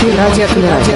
Эфир радио Камерата.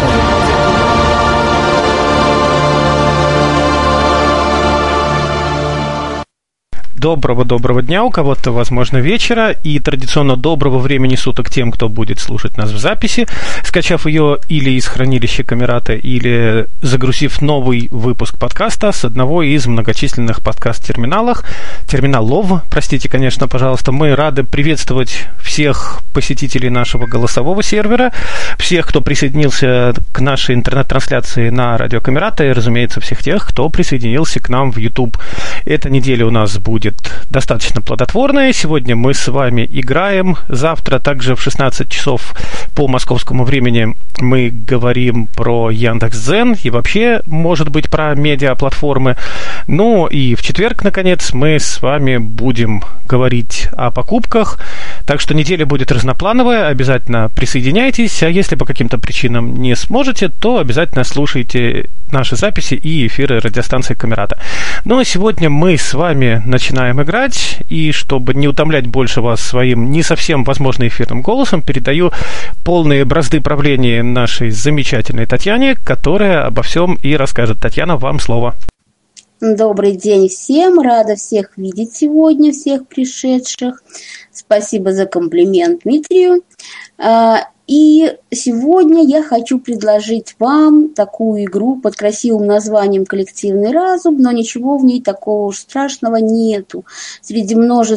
Доброго дня, у кого-то, возможно, вечера, и традиционно доброго времени суток тем, кто будет слушать нас в записи, скачав ее или из хранилища Камерата, или загрузив новый выпуск подкаста с одного из многочисленных подкаст-терминалов. Простите, конечно, пожалуйста. Мы рады приветствовать всех посетителей нашего голосового сервера, всех, кто присоединился к нашей интернет-трансляции на радио Камерата, и, разумеется, всех тех, кто присоединился к нам в YouTube. Эта неделя у нас будет достаточно плодотворная. Сегодня мы с вами играем. Завтра также в 16 часов по московскому времени мы говорим про Яндекс.Дзен и вообще, может быть, про медиаплатформы. Ну и в четверг, наконец, мы с вами будем говорить о покупках. Так что неделя будет разноплановая. Обязательно присоединяйтесь. А если по каким-то причинам не сможете, то обязательно слушайте наши записи и эфиры радиостанции Камерата. Ну а сегодня мы с вами начинаем играть, и чтобы не утомлять больше вас своим не совсем, возможно, эфирным голосом, передаю полные бразды правления нашей замечательной Татьяне, которая обо всем и расскажет. Татьяна, вам слово. Добрый день всем, рада всех видеть сегодня, всех пришедших. Спасибо за комплимент Дмитрию. И сегодня я хочу предложить вам такую игру под красивым названием «Коллективный разум», но ничего в ней такого уж страшного нету. Среди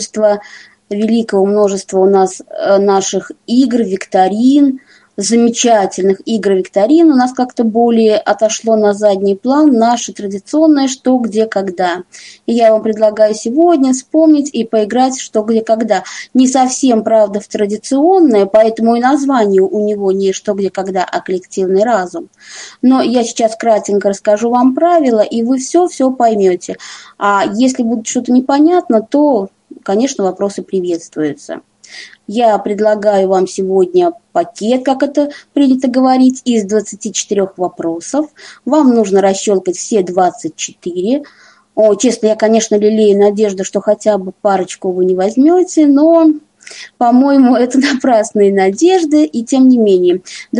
великого множества у нас наших игр, викторин, замечательных игр-викторин, у нас как-то более отошло на задний план наше традиционное «Что, где, когда». И я вам предлагаю сегодня вспомнить и поиграть «Что, где, когда». Не совсем, правда, в традиционное, поэтому и название у него не «Что, где, когда», а «Коллективный разум». Но я сейчас кратенько расскажу вам правила, и вы все поймете. А если будет что-то непонятно, то, конечно, вопросы приветствуются. Я предлагаю вам сегодня пакет, как это принято говорить, из 24 вопросов. Вам нужно расщелкать все 24. Честно, я, конечно, лелею надежду, что хотя бы парочку вы не возьмете, но, по-моему, это напрасные надежды. И тем не менее,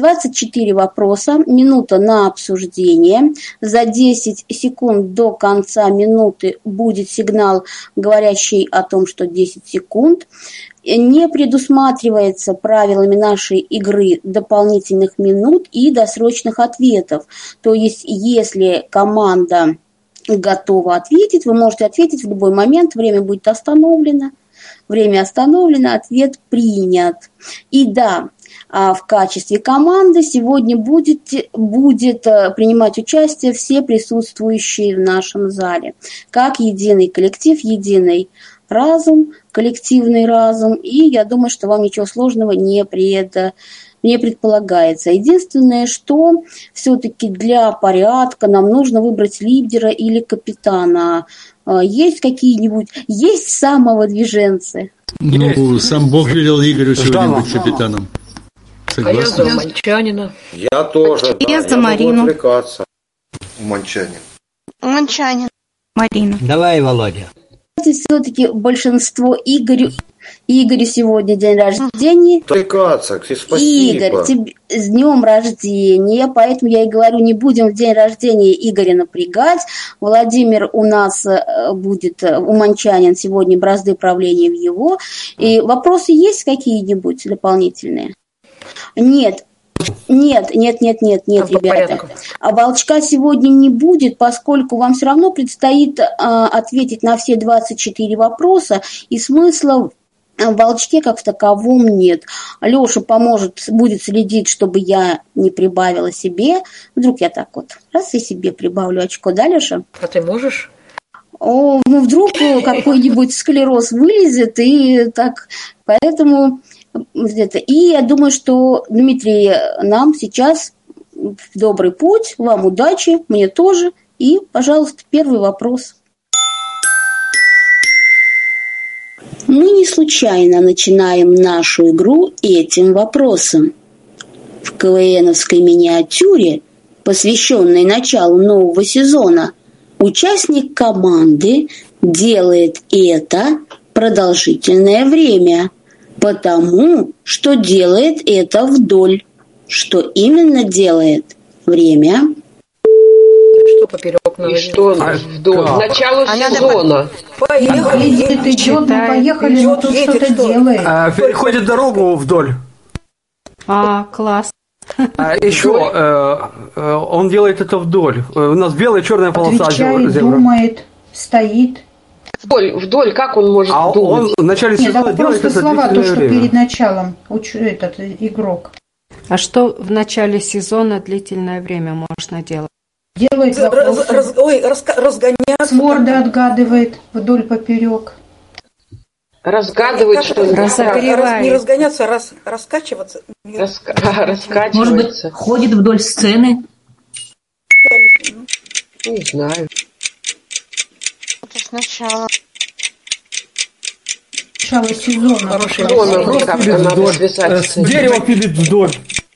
24 вопроса, минута на обсуждение. За 10 секунд до конца минуты будет сигнал, говорящий о том, что 10 секунд. Не предусматривается правилами нашей игры дополнительных минут и досрочных ответов. То есть, если команда готова ответить, вы можете ответить в любой момент, время будет остановлено. Время остановлено, ответ принят. И да, в качестве команды сегодня будет принимать участие все присутствующие в нашем зале. Как единый коллектив, единый разум, коллективный разум, и я думаю, что вам ничего сложного не предполагается. Единственное, что все-таки для порядка нам нужно выбрать лидера или капитана. Есть какие-нибудь, есть самовыдвиженцы? Ну, сам Бог велел Игорю сегодня быть капитаном. Согласна? А я за Уманчанина. Я тоже, я за Марину. Уманчанин. Марина. Давай, Володя. Все-таки большинство Игорю сегодня день рождения. Спасибо. Игорь, тебе с днем рождения, поэтому я и говорю, не будем в день рождения Игоря напрягать. Владимир у нас будет, уманчанин, сегодня бразды правления в его. И вопросы есть какие-нибудь дополнительные? Нет, ребята. А волчка сегодня не будет, поскольку вам все равно предстоит ответить на все 24 вопроса, и смысла в волчке как в таковом нет. Леша будет следить, чтобы я не прибавила себе. Вдруг я так вот раз и себе прибавлю очко, да, Леша? А ты можешь? Вдруг какой-нибудь склероз вылезет, и так, поэтому... И я думаю, что, Дмитрий, нам сейчас в добрый путь, вам удачи, мне тоже. И, пожалуйста, первый вопрос. Мы не случайно начинаем нашу игру этим вопросом. В КВНовской миниатюре, посвященной началу нового сезона, участник команды делает это продолжительное время, потому что делает это вдоль. Что именно делает? Время. Что поперек и что вдоль? Начало сезона. Едет, идет, мы поехали, но тут что-то делает. Переходит дорогу вдоль. Класс. Еще он делает это вдоль. У нас белая и черная полоса. Отвечает, думает, стоит. Вдоль, как он может думать? Он в начале сезона делает просто это слова, то, что время. перед началом этот игрок. А что в начале сезона длительное время можно делать? Делает разгоняться. Сворды отгадывает вдоль поперек. Разгадывает, что разогревает. Не разгоняться, а раскачиваться. Раскачивается. Может быть, ходит вдоль сцены. Не знаю. Это сначала. Начало сезона. Хороший Дерево пилит вдоль.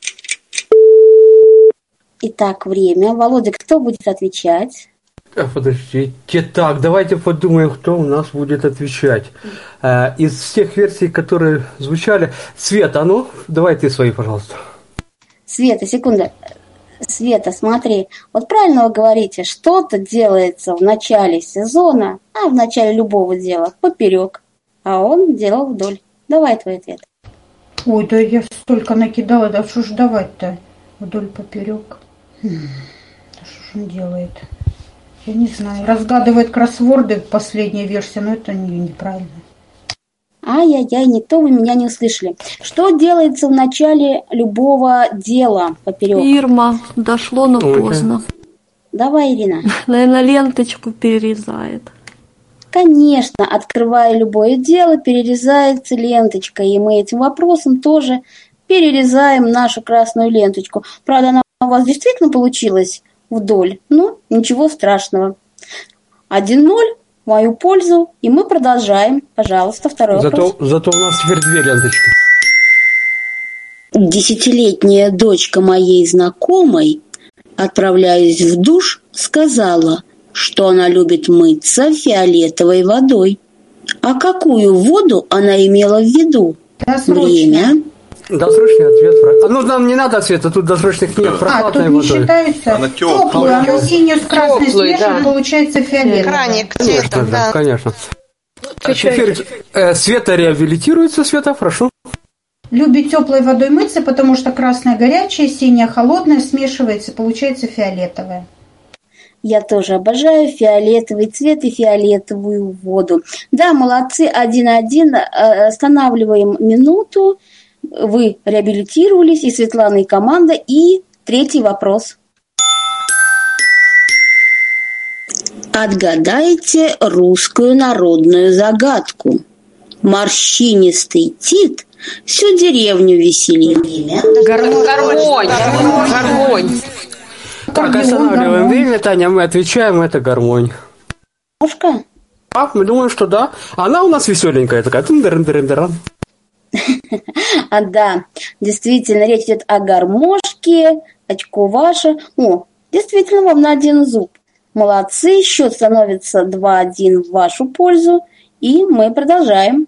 Итак, время. Володя, кто будет отвечать? Подождите, так, давайте подумаем, кто у нас будет отвечать. Из всех версий, которые звучали. Света, давай ты свои, пожалуйста. Света, секунда. Света, смотри. Вот правильно вы говорите, что-то делается в начале сезона, в начале любого дела, поперек. А он делал вдоль. Давай твой ответ. Ой, да я столько накидала, да что ж давать-то? Вдоль поперек. Да что ж он делает? Я не знаю. Разгадывает кроссворды, последняя версия, но это неправильно. Ай-яй-яй, никто вы меня не услышали. Что делается в начале любого дела поперек? Ирма, дошло, но поздно. Давай, Ирина. Наверное, ленточку перерезает. Конечно, открывая любое дело, перерезается ленточка. И мы этим вопросом тоже перерезаем нашу красную ленточку. Правда, она у вас действительно получилась вдоль. Ничего страшного. 1-0 в мою пользу. И мы продолжаем. Пожалуйста, второй вопрос. Зато у нас теперь 2 ленточки. 10-летняя дочка моей знакомой, отправляясь в душ, сказала, что она любит мыться фиолетовой водой. А какую воду она имела в виду? Время. Досрочный ответ. Нам не надо ответа, тут досрочных нет. Прохладной тут водой. Не считается. Она теплую. Она синюю с красной смешивает, получается фиолетовый. Краник цветом, да. Конечно. Теперь Света реабилитируется. Света, прошу. Любит теплой водой мыться, потому что красная горячая, синяя холодная, смешивается, получается фиолетовая. Я тоже обожаю фиолетовый цвет и фиолетовую воду. Да, молодцы, 1-1. Останавливаем минуту. Вы реабилитировались, и Светлана, и команда. И третий вопрос. Отгадайте русскую народную загадку. Морщинистый Тит всю деревню веселит. Гармонь. Так, останавливаем время, Таня, мы отвечаем, это гармонь. Мушка? Мы думаем, что да. Она у нас веселенькая такая. Да, действительно, речь идет о гармошке, очко ваше. Действительно, вам на 1 зуб. Молодцы, счет становится 2-1 в вашу пользу. И мы продолжаем.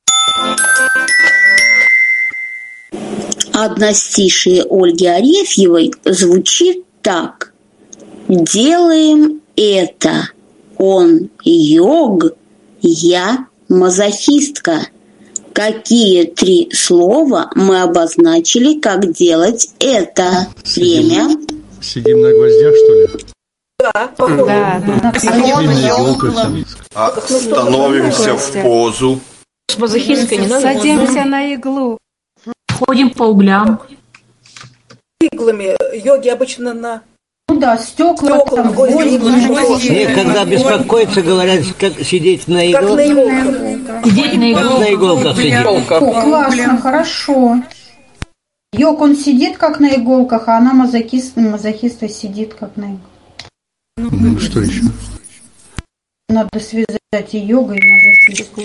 Одностишие Ольги Арефьевой звучит так. Делаем это. Он йог, я мазохистка. Какие 3 слова мы обозначили, как делать это? Время. Сидим на гвоздях, что ли? Да, похоже. Да. Становимся в позу. С мазохисткой не надо. Садимся на иглу. Ходим по углям. Иглами. Йоги обычно на... стекла. Когда беспокоятся, говорят, как сидеть на иголках. Как на иголках. Сидеть на иголках. На иголках сидеть. Классно, хорошо. Йог, он сидит как на иголках, а она мазохиста сидит как на иголках. Что еще? Надо связать и йога, и мазохистку.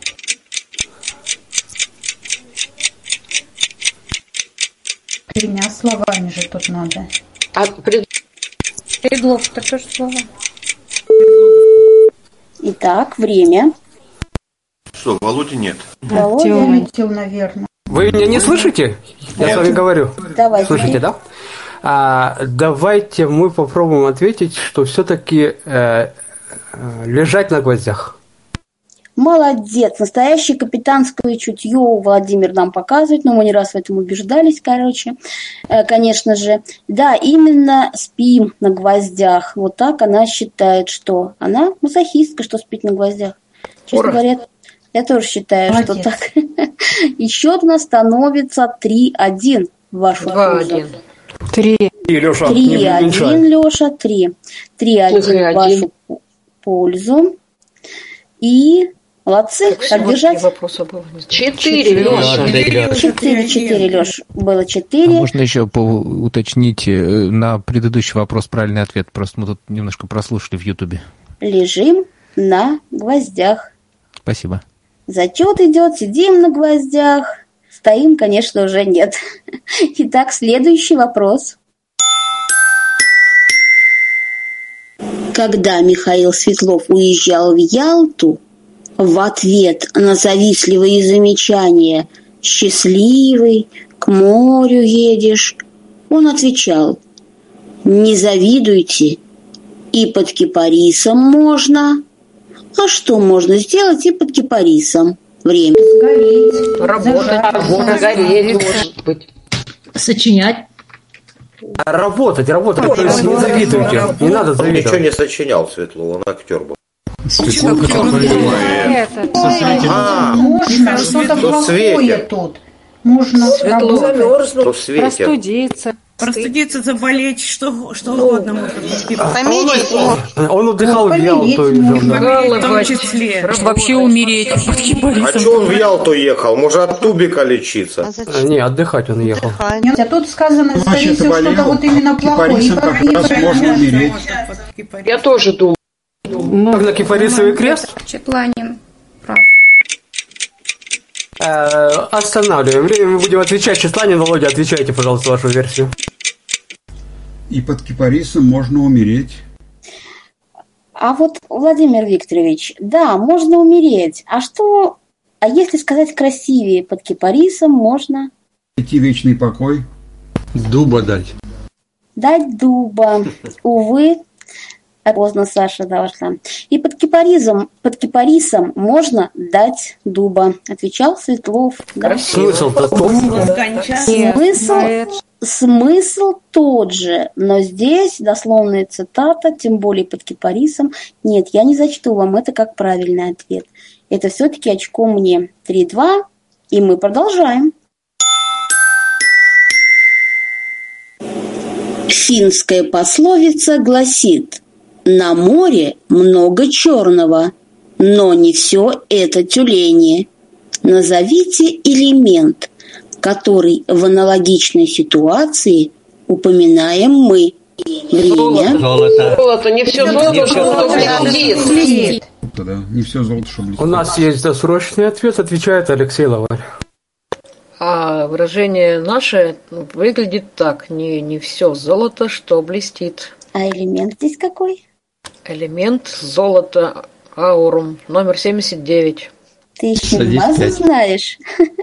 Тремя словами же тут надо. Предлог-то тоже слово. Итак, время. Что, Володи нет? Володя улетел, наверное. Вы меня не слышите? Я с вами говорю. Давайте. Слышите, да? Давайте мы попробуем ответить, что все-таки лежать на гвоздях. Молодец. Настоящее капитанское чутье Владимир нам показывает, но мы не раз в этом убеждались, конечно же. Да, именно спим на гвоздях. Вот так она считает, что она мазохистка, что спит на гвоздях. Честно говоря, я тоже считаю, что так. И счет у нас становится 3-1 в вашу пользу. 3. 3-1, Леша, 3. 3-1 в вашу пользу. И молодцы, как держать? 4, Леша. 4, Леш. Было 4. Можно еще уточнить на предыдущий вопрос правильный ответ? Просто мы тут немножко прослушали в Ютубе. Лежим на гвоздях. Спасибо. Зачет идет, сидим на гвоздях. Стоим, конечно, уже нет. Итак, следующий вопрос. Когда Михаил Светлов уезжал в Ялту, в ответ на завистливые замечания «счастливый, к морю едешь», он отвечал: «Не завидуйте, и под кипарисом можно». А что можно сделать и под кипарисом? Время. Сгореть. Работать, гореть, может быть. Сочинять. Работать. То есть не завидуйте. Не надо завидовать. Ничего не сочинял Светлов, он актер был. Можно что-то плохое тут. Можно простудиться. Простудиться, заболеть, что угодно может быть. Он отдыхал в Ялту. В том числе. Вообще умереть под кипарисом. А что он в Ялту ехал? Может, от тубика лечиться? Не, отдыхать он ехал. А тут сказано, скорее всего, что-то вот именно плохое. Можно умереть. Я тоже думаю. На кипарисовый крест? Четланин прав. Останавливаем время, мы будем отвечать. Четланин, Володя, отвечайте, пожалуйста, вашу версию. И под кипарисом можно умереть. А вот, Владимир Викторович, да, можно умереть. А если сказать красивее, под кипарисом можно... Найти вечный покой. Дуба дать. Дать дуба. Увы, поздно Саша дошла. И под кипарисом можно дать дуба. Отвечал Светлов. Да? Смысл тот же, но здесь дословная цитата, тем более под кипарисом. Нет, я не зачту вам это как правильный ответ. Это все-таки очко мне. 3-2, и мы продолжаем. Финская пословица гласит: на море много черного, но не все это тюлени. Назовите элемент, который в аналогичной ситуации упоминаем мы. Время. Золото. Не все золото, что блестит. Не все золото, что блестит. У нас есть досрочный ответ, отвечает Алексей Лаварь. А выражение наше выглядит так: не все золото, что блестит. А элемент здесь какой? Элемент золото аурум, номер 79. Ты еще массу знаешь?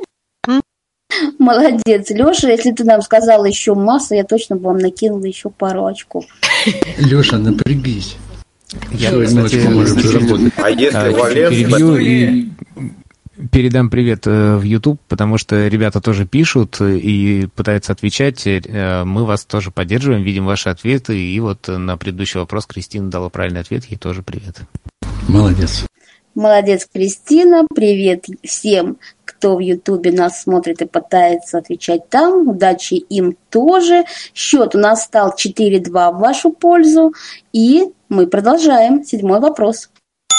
Молодец, Леша. Если ты нам сказала еще массу, я точно бы вам накинула еще пару очков. Леша, напрягись. Я, кстати, А если Валерий... Передам привет в YouTube, потому что ребята тоже пишут и пытаются отвечать. Мы вас тоже поддерживаем, видим ваши ответы. И вот на предыдущий вопрос Кристина дала правильный ответ. Ей тоже привет. Молодец. Молодец, Кристина. Привет всем, кто в Ютубе нас смотрит и пытается отвечать там. Удачи им тоже. Счет у нас стал 4-2 в вашу пользу. И мы продолжаем. 7-й вопрос.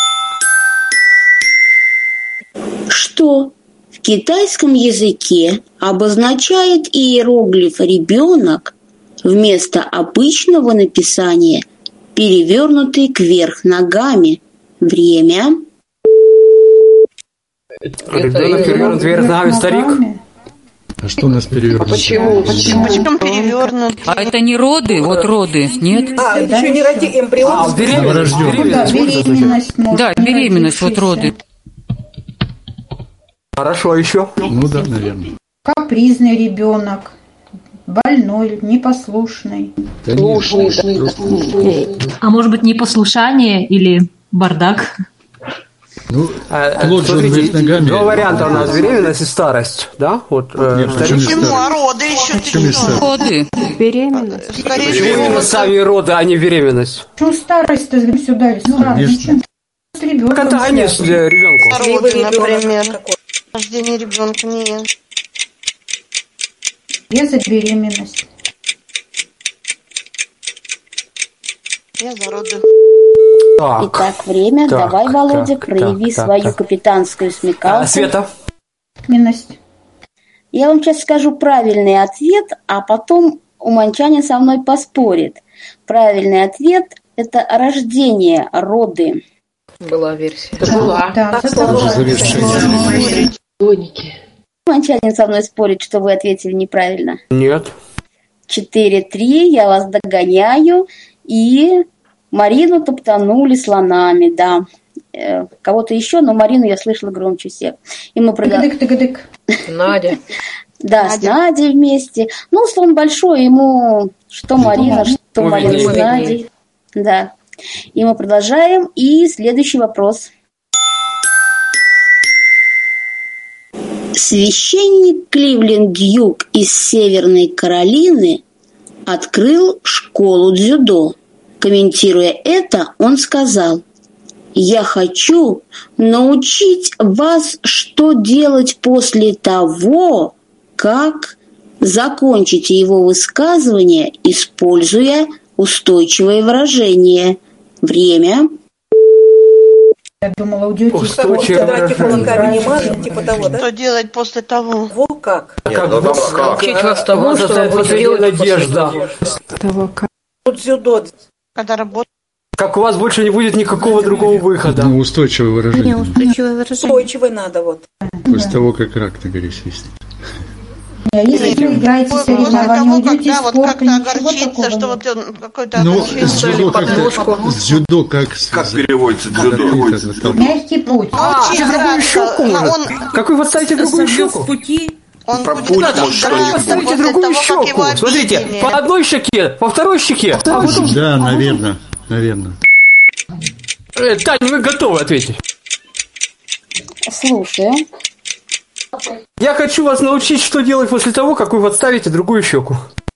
Что в китайском языке обозначает иероглиф «ребенок» вместо обычного написания, перевернутый кверх ногами? Время. Ребенок перевернут вверх ногами, старик. А что у нас перевернут? Почему перевернут? А это не роды? Вот роды, нет? Это еще не эмбрион. Беременность. Да, беременность, вот роды. Хорошо, еще? Ну да, наверное. Капризный ребенок, больной, непослушный. А может быть, непослушание или бардак? Ну, плод же он вверх ногами. Два варианта у нас: беременность и старость, да? Вот. Почему? А роды еще Роды. Беременность. Почему именно сами роды, а не беременность? Почему старость-то сюда? Конечно. С ребенком. Так это они с ребенку. роды, например. Рождение ребенка нет. Я за беременность. Я за роды. Итак, время. Давай, Володя, прояви свою капитанскую смекалку. Света. Беременность. Я вам сейчас скажу правильный ответ, а потом уманчанин со мной поспорит. Правильный ответ – это рождение, роды. Была версия. Была. Да, завершение. Уманчанин со мной спорит, что вы ответили неправильно. Нет. 4-3, я вас догоняю. И Марину топтанули слонами, да. Кого-то еще, но Марину я слышала громче всех. И мы Тык-тык-тык. Надя. Да, с Надей вместе. Ну, слон большой, ему что Марина, что Марина с Надей. Да. И мы продолжаем. И следующий вопрос. Священник Кливленд Дьюк из Северной Каролины открыл школу дзюдо. Комментируя это, он сказал: «Я хочу научить вас, что делать после того, как...» Закончите его высказывание, используя устойчивое выражение. Время. Я думала, уйдете. Типа того, да? Что делать после того? Во как? Учить вас тому, что будет надежда. Того как. Дзюдо. Когда работаешь. Как у вас больше не будет никакого другого выхода. Ну, устойчивое выражение. Устойчивое надо, вот. После того, как рак на горе свистит. Если вы играете соревнования, уйдете из спорта, вот как-то огорчиться, что вот какой-то с дзюдо как переводится дзюдо? Мягкий путь. Другую щеку. Как вы подставите другую щеку? Он про путь может что-нибудь. Подставите другую щеку. Смотрите, по одной щеке, по второй щеке. Да, наверное. Таня, вы готовы ответить? Слушаю. Я хочу вас научить, что делать после того, как вы подставите другую щеку.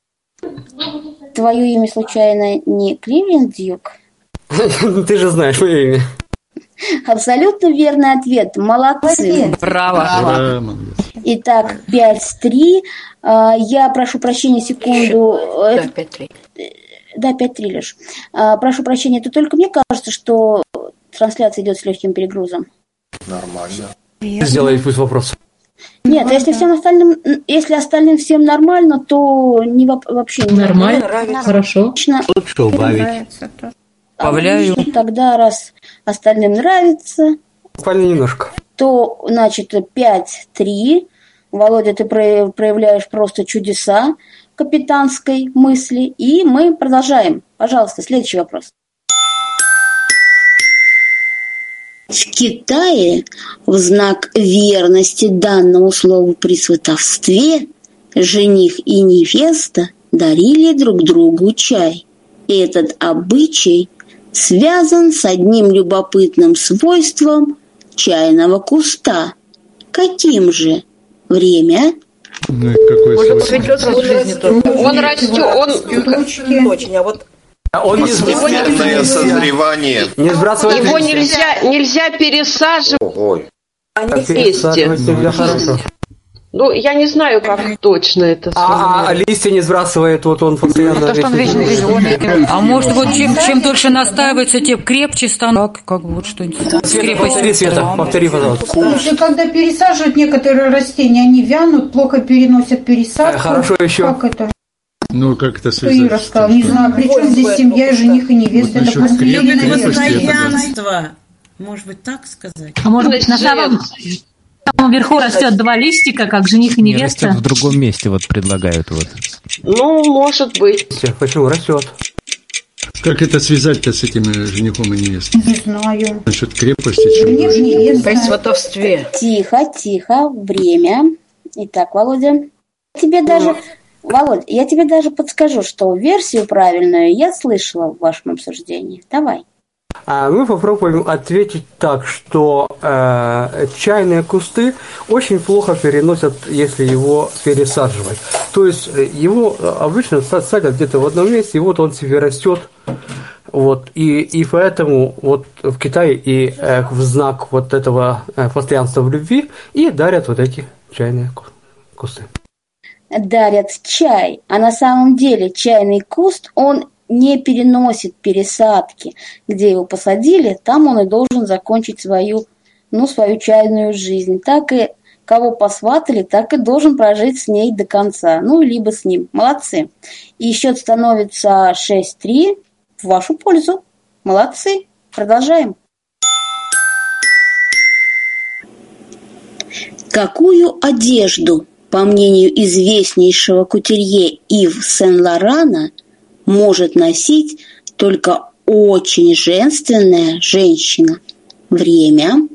Твое имя случайно не Кливленд Дьюк? Ты же знаешь мое имя. Абсолютно верный ответ. Молодцы. Браво. Итак, 5-3. Я прошу прощения, секунду. Да, 5-3. Да, 5-3 лишь. Прошу прощения, это только мне кажется, что трансляция идет с легким перегрузом. Нормально. Сделай пусть вопрос. Нет, если остальным всем нормально, то вообще не нормально. Хорошо. Лучше убавить. Добавляю. Тогда, раз остальным нравится, Буквально немножко. то, значит, 5-3. Володя, ты проявляешь просто чудеса капитанской мысли. И мы продолжаем. Пожалуйста, следующий вопрос. В Китае в знак верности данному слову при сватовстве жених и невеста дарили друг другу чай. Этот обычай связан с одним любопытным свойством чайного куста. Каким же? Время? Он растет, очень, а вот Он постепенное созревание. его нельзя пересаживать вместе. Ну, я не знаю, как точно это. А листья не сбрасывает, вот он постоянно... А может, вот чем дольше настаивается, тем крепче станут. Как вот что-нибудь. Света, повтори, пожалуйста. Слушай, когда пересаживают некоторые растения, они вянут, плохо переносят пересадку. Хорошо еще. Как это? Ну, как это Что Ира сказала? Не знаю, при чем здесь семья, жених и невеста? Это постоянство. Может быть, так сказать? А может быть, на самом верху растет два листика, как жених и Не невеста? растет в другом месте, вот предлагают. Вот. Ну, может быть. Почему растет? Как это связать-то с этим женихом и невестой? Не знаю. Насчет крепости? Жених, невеста. При сватовстве. Тихо. Время. Итак, Володя, Володь, я тебе даже подскажу, что версию правильную я слышала в вашем обсуждении. Давай. Мы попробуем ответить так, что чайные кусты очень плохо переносят, если его пересаживать. То есть его обычно садят где-то в одном месте, и вот он себе растет. Вот, и поэтому вот в Китае и в знак вот этого постоянства в любви и дарят вот эти чайные кусты. Дарят чай, а на самом деле чайный куст, он не переносит пересадки. Где его посадили, там он и должен закончить свою чайную жизнь. Так и кого посватали, так и должен прожить с ней до конца. Либо с ним. Молодцы. И счет становится 6-3 в вашу пользу. Молодцы. Продолжаем. Какую одежду, по мнению известнейшего кутюрье Ив Сен-Лорана, может носить только очень женственная женщина? Время.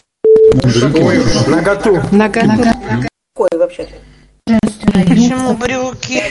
Наготу. Какой вообще-то? Почему брюки?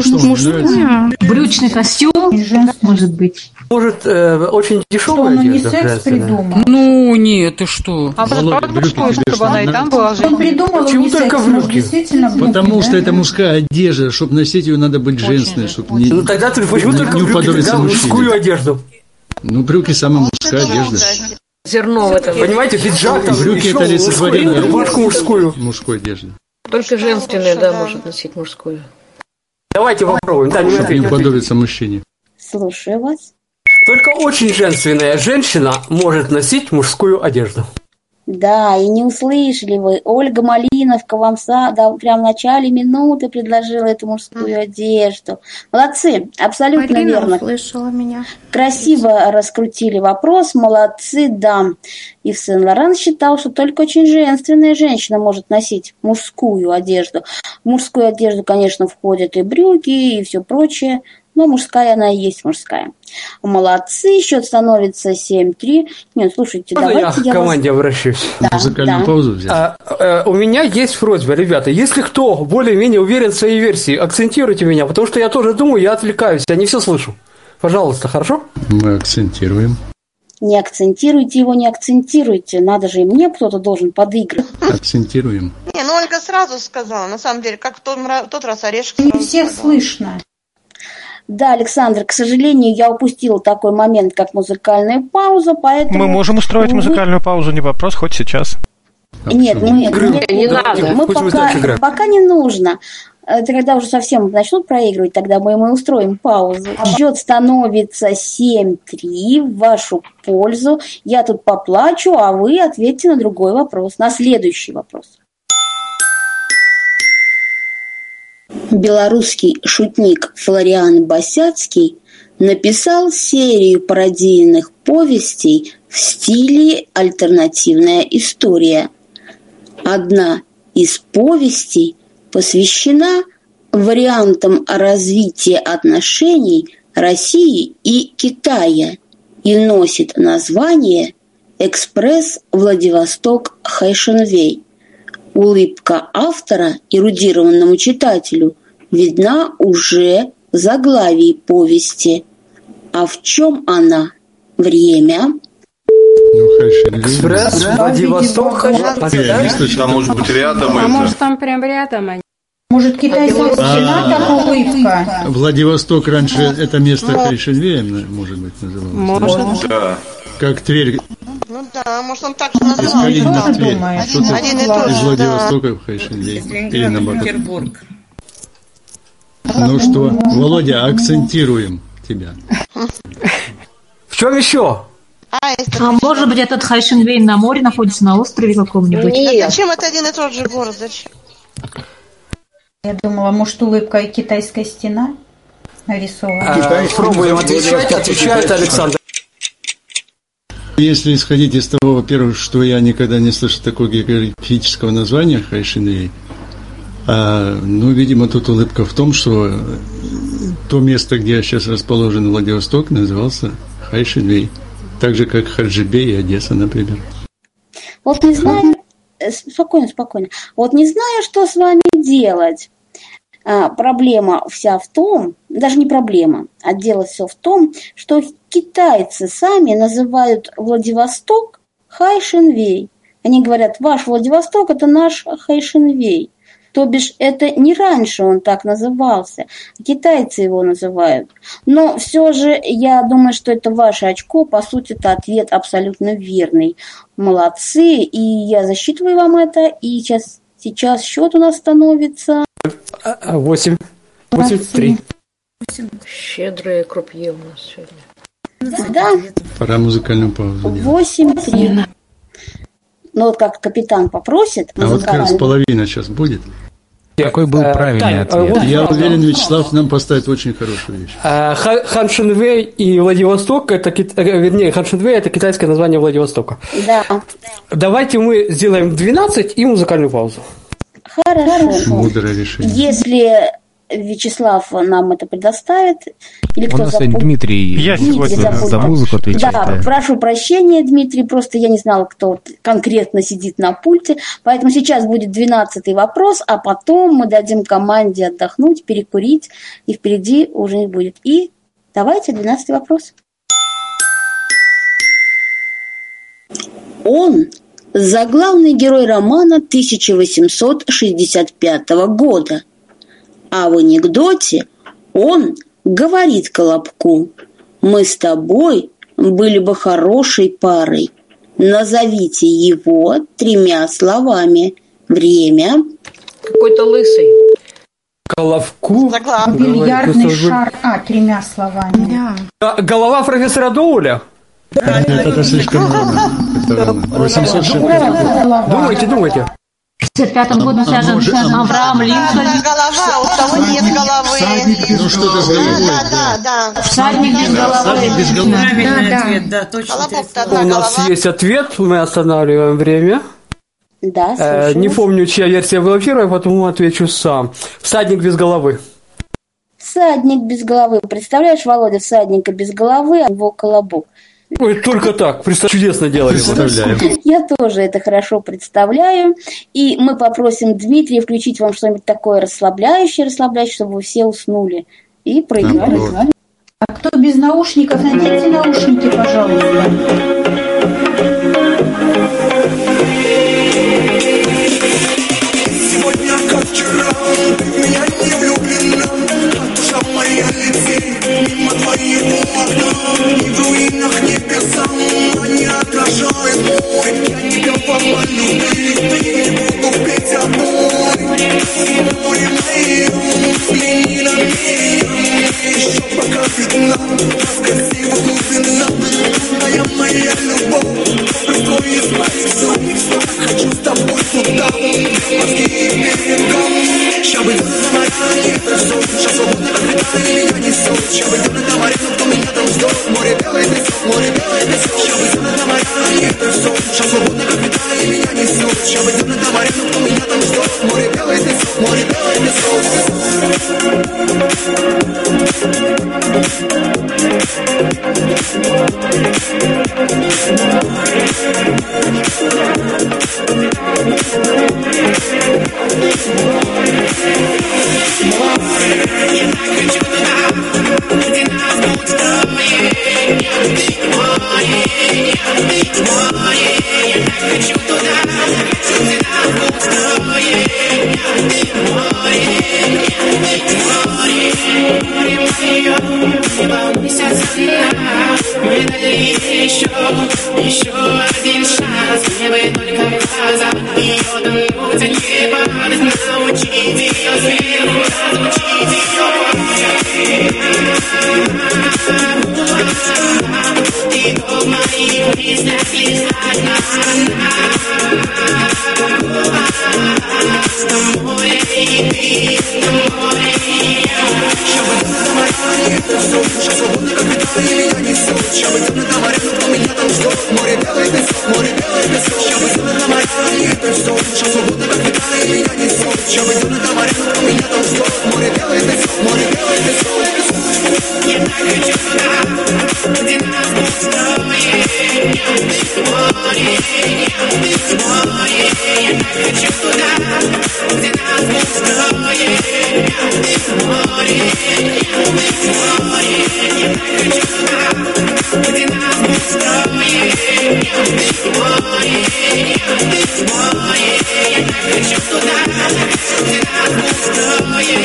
Брючный костюм, может быть. Может, очень дешевая одежда? Нет, ты что? Володя, брюки тебе чтобы она и там была. Он придумал Почему только брюки? Потому что это мужская одежда, чтобы носить ее надо быть женственной, чтобы не тогда ты почему только брюки, тогда мужскую одежду? Брюки самая мужская одежда. Зерно в этом. Понимаете, пиджак, там, брюки это олицетворение рубашку мужскую. Мужской одежды. Только женственная, да, может носить мужскую. Давайте попробуем. Да, не уподобится мужчине. Слушаю вас. Только очень женственная женщина может носить мужскую одежду. Да, и не услышали вы. Ольга Малиновка вам прямо в начале минуты предложила эту мужскую одежду. Молодцы, абсолютно Марина верно. услышала меня. Красиво раскрутили вопрос, молодцы, да. Ив Сен-Лоран считал, что только очень женственная женщина может носить мужскую одежду. В мужскую одежду, конечно, входят и брюки, и все прочее. Но мужская она и есть мужская. Молодцы, счет становится 7-3. Нет, слушайте, можно давайте я к команде обращусь? Да, музыкальную паузу взять. У меня есть просьба, ребята. Если кто более-менее уверен в своей версии, акцентируйте меня, потому что я тоже думаю, я отвлекаюсь, я не все слышу. Пожалуйста, хорошо? Мы акцентируем. Не акцентируйте его, не акцентируйте. Надо же, и мне кто-то должен подыграть. Акцентируем. Ольга сразу сказала, на самом деле, как в тот раз Орешек. Не всех слышно. Да, Александр, к сожалению, я упустила такой момент, как музыкальная пауза, поэтому... Мы можем устроить музыкальную паузу, не вопрос, хоть сейчас. Нет, не надо. Мы пока не нужно. Это когда уже совсем начнут проигрывать, тогда мы устроим паузу. Счет становится 7-3 в вашу пользу. Я тут поплачу, а вы ответьте на другой вопрос, на следующий вопрос. Белорусский шутник Флориан Басяцкий написал серию пародийных повестей в стиле «Альтернативная история». Одна из повестей посвящена вариантам развития отношений России и Китая и носит название «Экспресс Владивосток-Хайшенвей». Улыбка автора эрудированному читателю видна уже в заглавии повести. А в чем она? Время. Экспресс Владивосток-Хайшенвей. Там может быть рядом. А может там прям рядом? Может, китайская стена, так улыбка? Владивосток раньше это место Хайшенвеем, может быть, называлось. Может. Да. Как Тверь. Да, может, он так назвал. Из Калинина в Тверь. Один и тот Из же, Владивостока в Хайшенвей. Или наоборот. Петербург. Ну что, Володя, акцентируем тебя. В чем еще? А может быть, этот Хайшенвей на море находится, на острове каком-нибудь? Нет. Зачем это один и тот же город? Зачем? Я думала, может, улыбка и китайская стена нарисована. Пробуем отвечать. Отвечает Александр. Если исходить из того, во-первых, что я никогда не слышал такого географического названия Хайшенвей, видимо, тут улыбка в том, что то место, где сейчас расположен Владивосток, назывался Хайшенвей. Так же, как Хаджибей и Одесса, например. Вот не знаю, спокойно, спокойно. Вот не знаю, что с вами делать. Проблема вся в том, даже не проблема, а дело все в том, что китайцы сами называют Владивосток Хайшинвей. Они говорят, ваш Владивосток – это наш Хайшинвей. То бишь, это не раньше он так назывался, китайцы его называют. Но все же, я думаю, что это ваше очко, по сути, это ответ абсолютно верный. Молодцы, и я засчитываю вам это, и сейчас счет у нас становится... 8-3. Щедрые крупье у нас сегодня. Да. Пора музыкальную паузу делать. 8-3. Ну вот как капитан попросит. А вот как раз половина сейчас будет. Какой был правильный ответ? Я уверен, Вячеслав нам поставит очень хорошую вещь. Ханшинвей и Владивосток, вернее, Ханшинвей – это китайское название Владивостока. Да. Давайте мы сделаем 12 и музыкальную паузу. Хорошо. Мудрое решение. Если Вячеслав нам это предоставит, или кто сегодня Дмитрий за музыку отвечает. Да, прошу прощения, Дмитрий, просто я не знала, кто конкретно сидит на пульте, поэтому сейчас будет 12-й вопрос, а потом мы дадим команде отдохнуть, перекурить, и впереди уже не будет. И давайте 12-й вопрос. Он заглавный герой романа 1865 года. А в анекдоте он говорит Колобку: «Мы с тобой были бы хорошей парой. Назовите его 3 словами. Время». Какой-то лысый. Колобку. Бильярдный шар. 3 словами. Голова профессора Доуля. Нет, это слишком рано. 860. Думайте. В 1955 году связан с Авраам Линкольн. Голова, у того нет головы. Ну что-то с головой. Да. Всадник без головы. Правильный ответ, да, точно. У нас есть ответ, мы останавливаем время. Да, не помню, чья версия была первая, поэтому отвечу сам. Всадник без головы. Всадник без головы. Представляешь, Володя, всадника без головы, а его колобок. Ой, только так. Чудесно делали. Я тоже это хорошо представляю. И мы попросим Дмитрия включить вам что-нибудь такое расслабляющее, чтобы вы все уснули. И проиграли. А кто без наушников, наденьте наушники, пожалуйста. Сегодня, как вчера, меня не влюблена. Душа моя летит мимо твоего окна. И в руинах небеса не отражает мой. Я тебя помолю, ты не буду петь одной. Море мое, взгляни на меня. Еще пока видна, красиво глубина. Моя любовь, простой и спасибо. Хочу с тобой туда, морские берега. Сейчас бы идет на море, нет трясет. Сейчас свободно, как ветра, и меня несет. Сейчас бы идет на море, кто меня там ждет. Море белое песок, море белое песок. Сейчас бы идет на море, нет трясет. Сейчас свободно, как ветра, и меня несет. Сейчас бы идет на море, кто меня там ждет. Море белое песок, море белое песок. Еще один шанс, мне бы только глаза ее тонуть, а не падать, научить ее сверху, разучить ее. И то в моих мыслях лежать на море и ты, на море и я. Сейчас свободно, как ветра, и меня несет. Сейчас бы идет на море, кто меня там ждет. Море белое песок, море белое песок. Сейчас бы идет на море, и трясет. Сейчас свободно, как ветра, и меня несет. Сейчас бы идет на море, кто меня там ждет. Море белое песок, море белое песок. Я так хочу туда, где нас будет строить. Море, я так хочу туда, где нас пустое. Море, я так хочу туда, где нас пустое. Море, я так хочу туда, где нас пустое.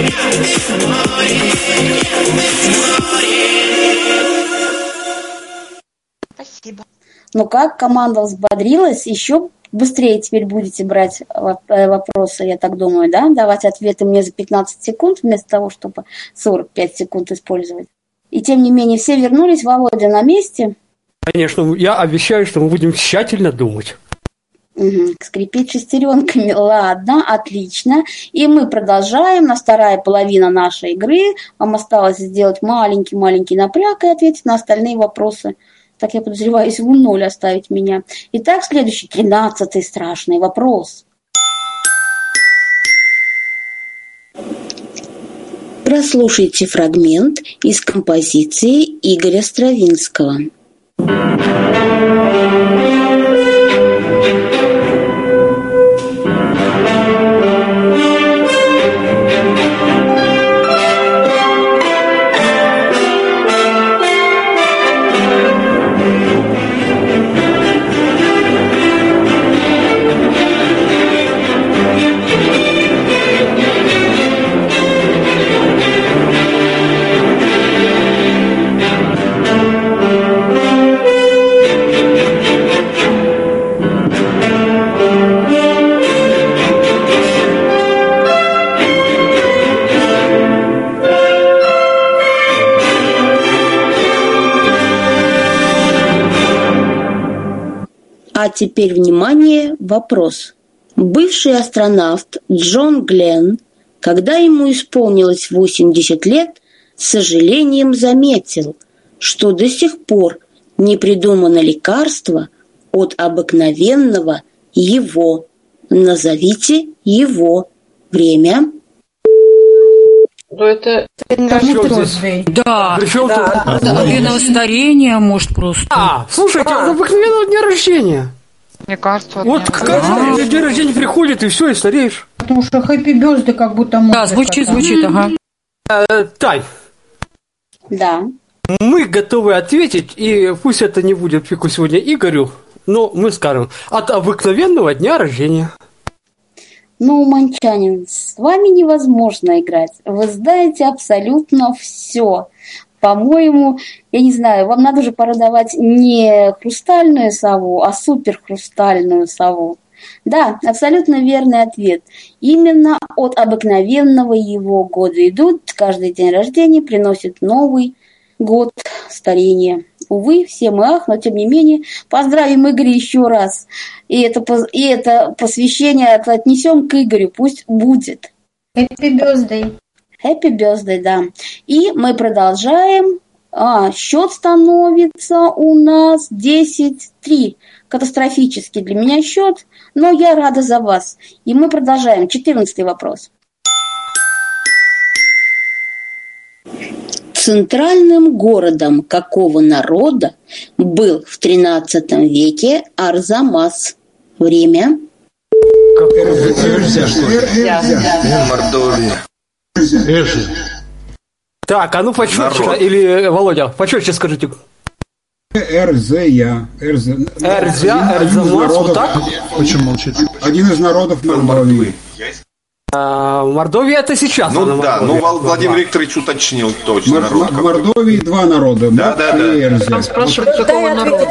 Спасибо. Ну как, команда взбодрилась? Еще быстрее теперь будете брать вопросы, я так думаю, да? Давать ответы мне за 15 секунд, вместо того, чтобы 45 секунд использовать. И тем не менее, все вернулись. Володя на месте? Конечно, я обещаю, что мы будем тщательно думать. Угу. Скрипеть шестеренками. Ладно, отлично. И мы продолжаем. На вторая половина нашей игры. Вам осталось сделать маленький напряг и ответить на остальные вопросы. Так я подозреваю, если вы 0 оставить меня. Итак, следующий, 13-й страшный вопрос. Прослушайте фрагмент из композиции Игоря Стравинского. А теперь, внимание, вопрос. Бывший астронавт Джон Гленн, когда ему исполнилось 80 лет, с сожалением заметил, что до сих пор не придумано лекарство от обыкновенного его. Назовите его. Время. Ну, это... Да. Причем тут? Обыкновенного старения, может, просто. Слушайте, от обыкновенного дня рождения. Мне кажется, вот каждый день рождения приходит, и все, и стареешь. Потому что Happy Birthday как будто музыка. Да, звучит, ага. Тань. Да. Мы готовы ответить, и пусть это не будет в пику сегодня Игорю, но мы скажем, от обыкновенного дня рождения. Ну, Манчанин, с вами невозможно играть. Вы знаете абсолютно все. По-моему, я не знаю, вам надо же продавать не хрустальную сову, а суперхрустальную сову. Да, абсолютно верный ответ. Именно от обыкновенного его года идут. Каждый день рождения приносит новый год старения. Увы, все мы ах, но тем не менее, поздравим Игоря еще раз. И это посвящение отнесем к Игорю, пусть будет. Happy birthday. Happy birthday, да. И мы продолжаем. Счет становится у нас 10-3. Катастрофический для меня счет, но я рада за вас. И мы продолжаем. 14-й вопрос. Центральным городом какого народа был в XIII веке Арзамас? Время. Мордовия. Так, а ну почетче, или Володя, почетче скажите. Эрзя. Эрзамас, вот так? Почему молчите? Один из народов Мордовии. Мордовия это сейчас. Ну да, Владимир Викторович уточнил точно. В Мордовии два народа. Да. Там спрашивают, какого народа.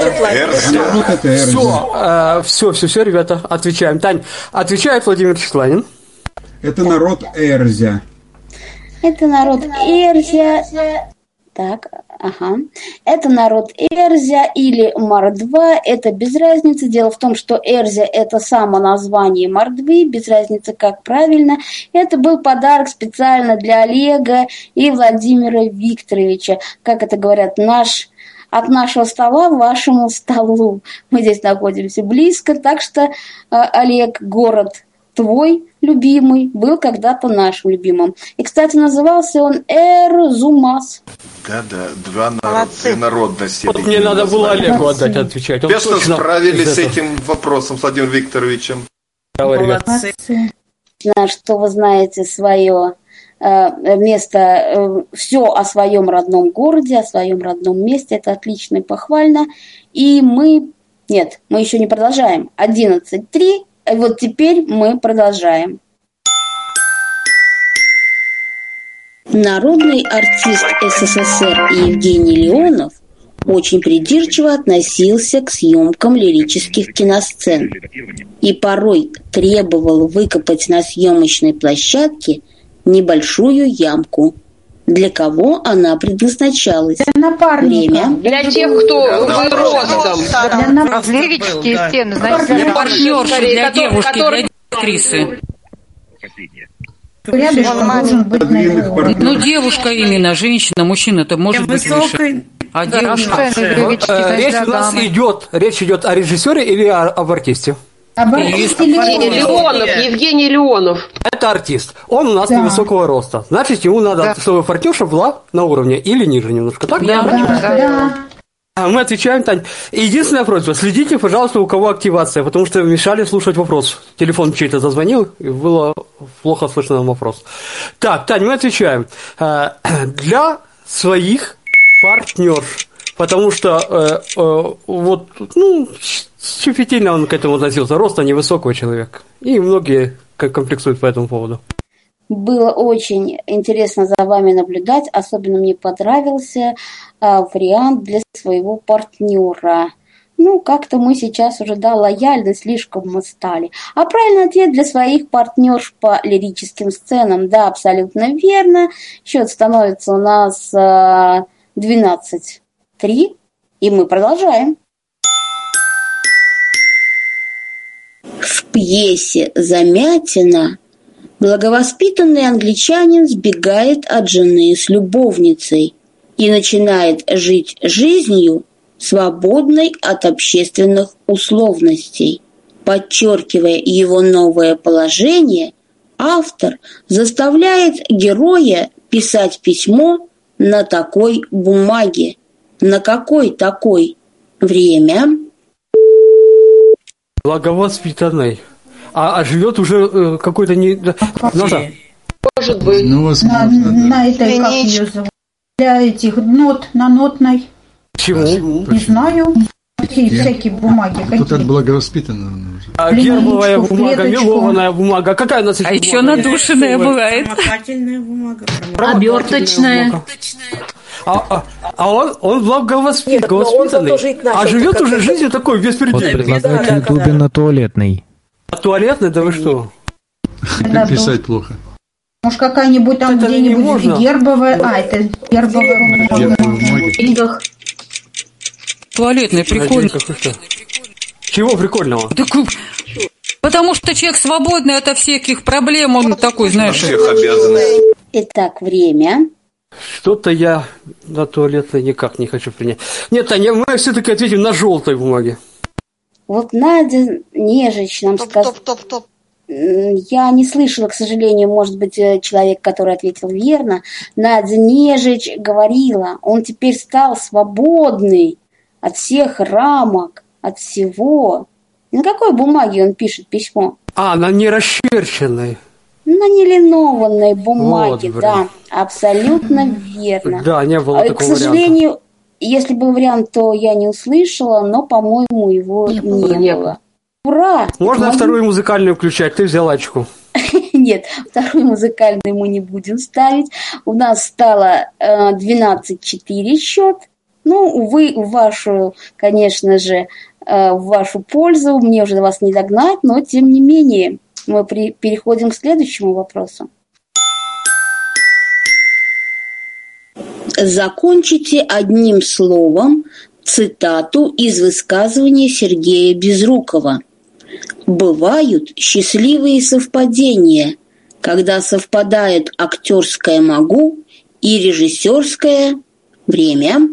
Все, ребята, отвечаем. Тань, отвечает Владимир Четланин. Это народ Эрзя. Это народ Эрзя. Так, ага. Это народ Эрзя или Мордва, это без разницы. Дело в том, что Эрзя – это само название Мордвы, без разницы, как правильно. Это был подарок специально для Олега и Владимира Викторовича. Как это говорят, от нашего стола к вашему столу. Мы здесь находимся близко, так что, Олег, город твой любимый был когда-то нашим любимым. И, кстати, назывался он Эрзумас. Да, две народности. Вот мне надо было Олегу отдать отвечать. Успешно справились с этим вопросом с Владимиром Викторовичем. Молодцы. Что вы знаете свое место, все о своем родном городе, о своем родном месте. Это отлично и похвально. И мы еще не продолжаем. 11:03. Вот теперь мы продолжаем. Народный артист СССР Евгений Леонов очень придирчиво относился к съемкам лирических киносцен и порой требовал выкопать на съемочной площадке небольшую ямку. Для кого она предназначалась? Время. Для тех, кто ростом. Лирические стены, значит, Для партнерши, для девушки, для актрисы. Ну, девушка именно, женщина, мужчина, это может быть выше. А девушка... Речь идет о режиссере или об артисте? Евгений Леонов. Это артист. Он у нас невысокого роста. Значит, ему надо, чтобы партнерша была на уровне или ниже немножко. Так? Да. Мы отвечаем, Тань. Единственная просьба, следите, пожалуйста, у кого активация, потому что мешали слушать вопрос. Телефон чей-то зазвонил, и было плохо слышно вопрос. Так, Тань, мы отвечаем. Для своих партнерш. Потому что щепетильно он к этому относился. Роста невысокого человека. И многие комплексуют по этому поводу. Было очень интересно за вами наблюдать. Особенно мне понравился вариант для своего партнера. Как-то мы сейчас уже, лояльны слишком мы стали. А правильный ответ для своих партнерш по лирическим сценам. Да, абсолютно верно. Счет становится у нас 12:3. И мы продолжаем. В пьесе «Замятина» благовоспитанный англичанин сбегает от жены с любовницей и начинает жить жизнью, свободной от общественных условностей. Подчеркивая его новое положение, автор заставляет героя писать письмо на такой бумаге. На какой такой? Время. Благовоспитанный. А живет уже какой-то не... Может быть. Возможно, на этой, как ее зовут? Для этих нот, на нотной. Чему? Не знаю. Всякие бумаги. Тут от благовоспитанного нужно. Гербовая бумага, лилованная бумага. Какая у нас еще? А еще надушенная бывает. Промокательная бумага. Оберточная. А он благовоспитанный. А живет уже жизнью такой беспредельной. Вот предлагают в Ютубе на туалетной. А туалетный? Да вы что? Писать плохо. Может, какая-нибудь там где-нибудь гербовая... это гербовая бумага. Туалетная, прикольно. Чего прикольного? Потому что человек свободный от всяких проблем, он такой, знаешь... Всех обязанностей. Итак, время. Что-то я на туалетной никак не хочу принять. Нет, Таня, мы все-таки ответим на желтой бумаге. Вот Надя Нежич нам сказала... Топ. Я не слышала, к сожалению, может быть, человек, который ответил верно. Надя Нежич говорила, он теперь стал свободный от всех рамок, от всего. На какой бумаге он пишет письмо? На нерасчерченной. На нелинованной бумаге, вот, да, абсолютно верно. Да, не было такого к сожалению, варианта. Если был вариант, то я не услышала, но, по-моему, его не было. Ура! Можно вторую музыкальную включать? Ты взял очку. Нет, вторую музыкальную мы не будем ставить. У нас стало 12:4 счет. Увы, в вашу, конечно же, в вашу пользу. Мне уже вас не догнать, но тем не менее мы переходим к следующему вопросу. Закончите одним словом цитату из высказывания Сергея Безрукова. Бывают счастливые совпадения, когда совпадает актерское «могу» и режиссерское время.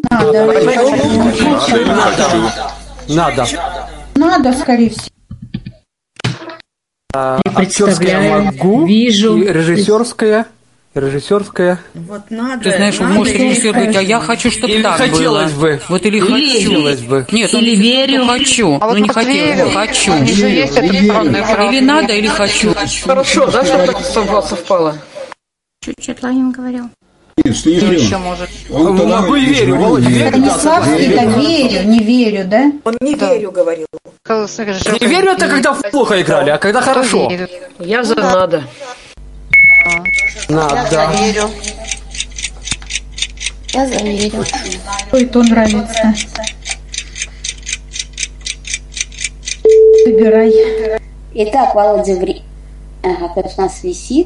Надо, скорее всего. Актерское «могу» вижу. И режиссерское режиссерская. Вот надо. Ты знаешь, надо может режиссер говорить, а я хочу, чтобы Или так хотелось было. бы. Вот или Хотелось хочу. бы. Нет, Или верю. Хочу. А вот Ну не как хотел, верю. хочу. Они же есть, это странная фраза. Или надо, или хочу. Хорошо, да, чтобы так совпало? Чуть-чуть Ланин говорил. Нет, что не Что верю. еще может? Он тогда Могу и верю, Володя, верю, да, Станиславский-то верю, не верю, да? Он не верю, говорил. Не верю, это когда плохо играли, а когда хорошо. Я за надо. Надо. Я верю. Я заверю. Ой, то нравится. Выбирай. Итак, Володя, ага, кто у нас висит.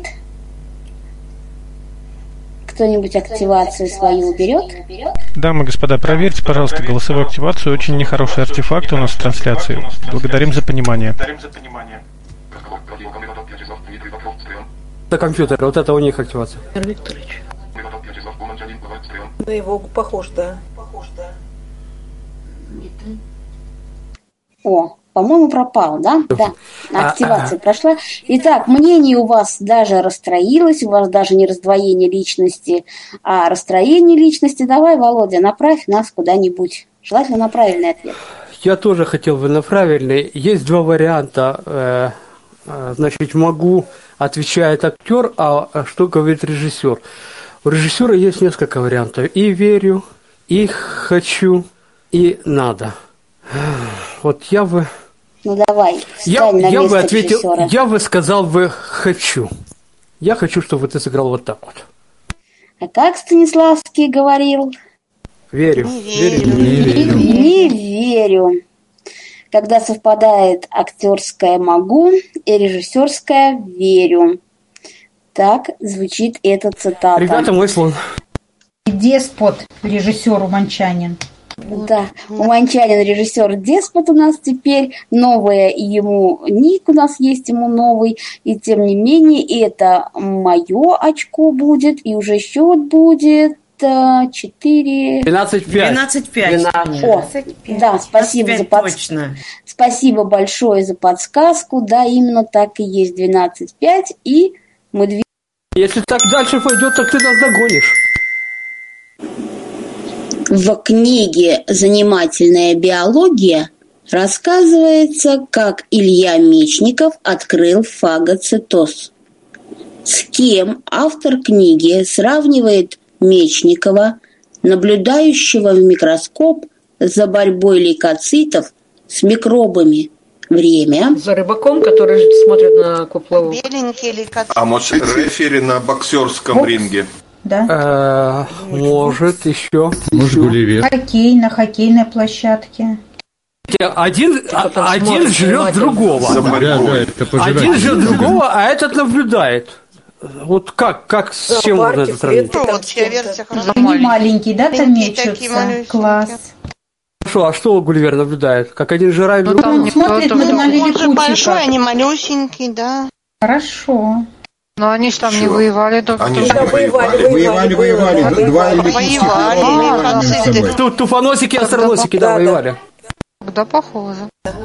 Кто-нибудь активацию свою уберет? Дамы и господа, проверьте, пожалуйста, голосовую активацию. Очень нехороший артефакт у нас в трансляции. Благодарим за понимание. На компьютере, вот это у них активация. Викторович. На его похож, да. О, по-моему, пропал, да? Да, активация прошла. Итак, мнение у вас даже расстроилось, у вас даже не раздвоение личности, а расстроение личности. Давай, Володя, направь нас куда-нибудь. Желательно на правильный ответ. Я тоже хотел бы на правильный. Есть два варианта. Значит, могу, отвечает актер, а что говорит режиссер. У режиссера есть несколько вариантов. И верю, и хочу, и надо. Вот я бы... Ну давай, встань на я место бы ответил, режиссера. я бы сказал бы хочу. Я хочу, чтобы ты сыграл вот так вот. А как Станиславский говорил? Верю. Не верю. Когда совпадает актерское «могу» и режиссерское «верю». Так звучит эта цитата. Ребята, мой слон. Деспот, режиссер Уманчанин. Да, Уманчанин режиссер Деспот у нас теперь, новое ему ник у нас есть, ему новый, и тем не менее это мое очко будет, и уже счет будет 4... 12-5. 12-5. О, да, спасибо за точно. Спасибо большое за подсказку, да, именно так и есть, 12-5, и мы двигаемся. Если так дальше пойдет, то ты нас догонишь. В книге «Занимательная биология» рассказывается, как Илья Мечников открыл фагоцитоз. С кем автор книги сравнивает Мечникова, наблюдающего в микроскоп за борьбой лейкоцитов с микробами? Время. За рыбаком, который смотрит на куплову. Беленький лейкоцит. А может, рефери на боксерском ринге? Да? Может, еще. Может, Гулливер. Хоккей на хоккейной площадке. Один жрет другого. Один жрет другого, а этот наблюдает. Вот как с чем можно это сравнить? Они маленькие, да, там мечутся? Класс. Хорошо, а что Гулливер наблюдает? Как один жирает другой? Он смотрит на лилипутчика. Он же большой, они малюсенькие, да. Хорошо. Но они же там не воевали друг с другом. Воевали. Два лейкоцита. Тут туфоносики и остроносики, да, воевали. Да, похоже.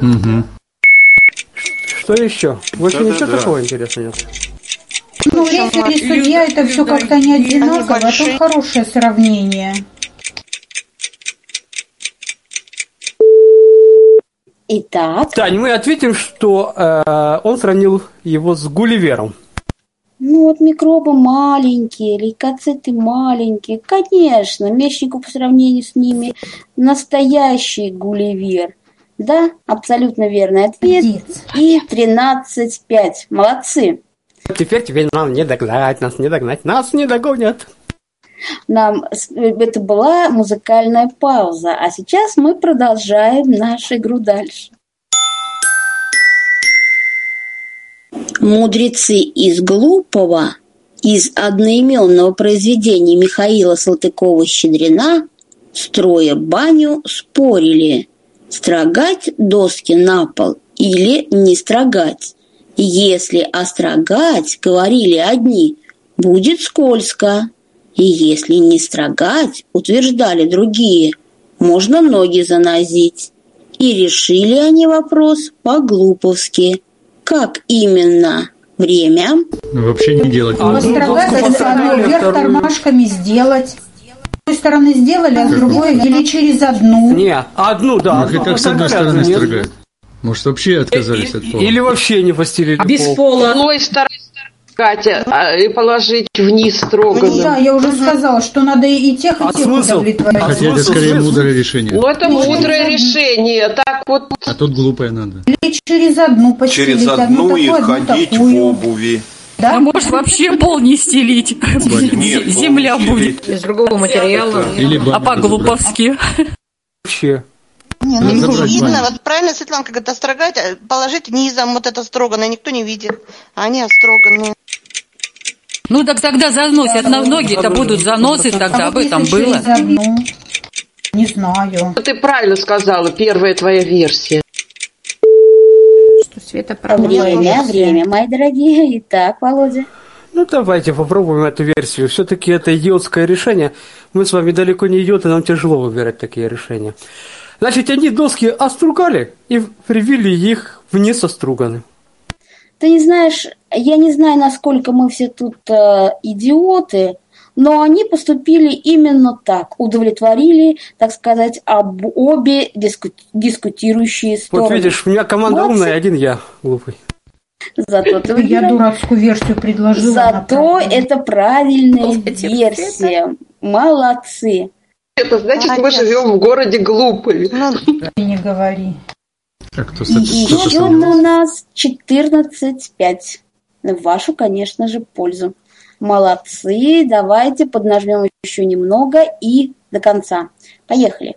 Что еще? Больше ничего такого интересного нет. Ну, рефери и судья, это все как-то не одинаково. Это хорошее сравнение. Итак. Тань, мы ответим, что он сравнил его с Гулливером. Ну вот микробы маленькие, лейкоциты маленькие. Конечно, Мечников по сравнению с ними настоящий Гулливер. Да, абсолютно верный ответ. И 13-5. Молодцы. Теперь нам не догнать, нас не догонят. Это была музыкальная пауза, а сейчас мы продолжаем нашу игру дальше. Мудрецы из глупого, из одноименного произведения Михаила Салтыкова-Щедрина, строя баню, спорили, строгать доски на пол или не строгать. Если острогать, говорили одни, будет скользко. И если не строгать, утверждали другие, можно ноги занозить. И решили они вопрос по-глуповски. Как именно? Время. Вообще не делать. Построгать вверх тормашками сделать. С одной стороны сделали, а с другой или через одну. Не, одну, да. Ну, как с одной стороны строгают? Может, вообще отказались от пола? Или вообще не постелили пол? Без пола. С одной стороны, Катя, и положить вниз строганным. Да, я уже сказала, что надо и тех, и тех удовлетворить. Хотя это скорее мудрое решение. Ну, это мудрое решение. Так вот. А тут глупое надо. Или через одну постелить. Через одну и ходить в обуви. Да? А может вообще пол не стелить? Нет, Земля будет. Из другого материала. А по-глуповски. Вообще. Не, ну не видно, вот правильно Светланка говорит, острогать, положить низом вот это строганное, никто не видит, а они остроганные. Ну так тогда заносят на ноги, это будут заносы, тогда об этом было. Не знаю. Ты правильно сказала, первая твоя версия. Что Света Время, мои дорогие. Итак, Володя. Ну, давайте попробуем эту версию. Все-таки это идиотское решение. Мы с вами далеко не идиоты, нам тяжело выбирать такие решения. Значит, они доски остругали и привели их вниз оструганы. Ты не знаешь, я не знаю, насколько мы все тут идиоты, но они поступили именно так, удовлетворили, так сказать, обе дискутирующие стороны. Вот видишь, у меня команда умная, один я глупый. Зато ты я дурацкую версию предложила. Зато это правильная версия. Молодцы. Это значит, мы живем в городе глупые. Не говори. Еще у нас 14-5. В вашу, конечно же, пользу. Молодцы. Давайте поднажмем еще немного и до конца. Поехали.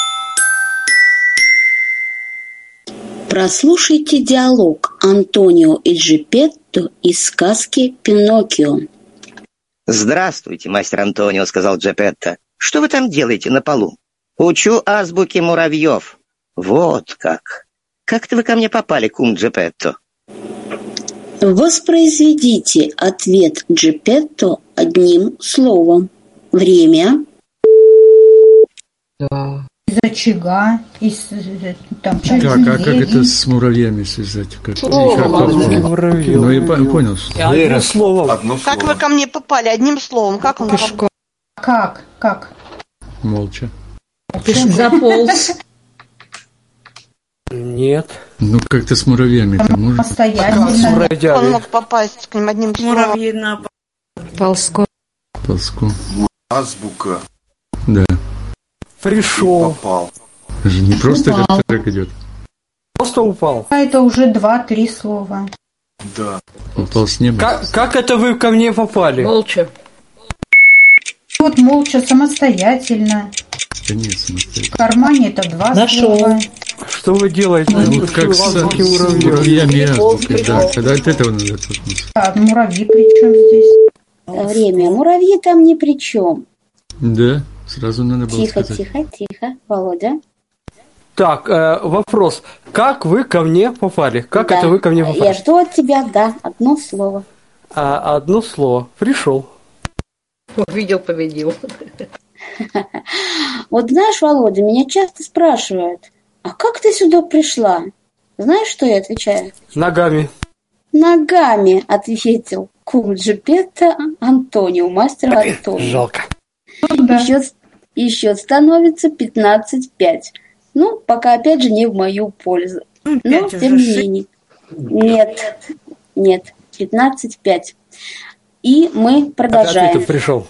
Прослушайте диалог Антонио и Джепетто из сказки «Пиноккио». «Здравствуйте, мастер Антонио», — сказал Джепетто. «Что вы там делаете на полу?» «Учу азбуки муравьев». «Вот как! Как-то вы ко мне попали, кум Джепетто?» Воспроизведите ответ Джепетто одним словом. Время. Да. Из очага, там как это с муравьями связать? Ну, я понял. Одним словом. Как вы ко мне попали? Одним словом. Как он попал? Как? Молча. Заполз. Нет. Ну, как-то с муравьями-то можно. Постоянно. Он мог попасть к ним одним словом. Муравьи на Ползко. Азбука. Да. Пришел. Попал. Это же не просто как трек идет. Просто упал. А это уже 2-3 слова. Да. Упал с неба. Как это вы ко мне попали? Молча. Вот молча, самостоятельно. Да нет, самостоятельно. В кармане это 2 слова. Что вы делаете? Вот как с муравьями азбукой, да. Когда от этого надо оттолкнуться. А муравьи при чем здесь? Время. Муравьи там ни при чем. Да, сразу надо было сказать. Тихо. Володя. Так, вопрос. Как вы ко мне попали? Как это вы ко мне попали? Я жду от тебя, да, одно слово. Одно слово. Пришел. Видел, победил. Вот знаешь, Володя, меня часто спрашивают, а как ты сюда пришла? Знаешь, что я отвечаю? Ногами. Ногами, ответил кум Джепетто Антонио, мастер Антонио. Жалко. Еще становится 15-5. Ну, пока опять же не в мою пользу. Но, тем не менее. Нет, 15-5. И мы продолжаем. Ты пришел.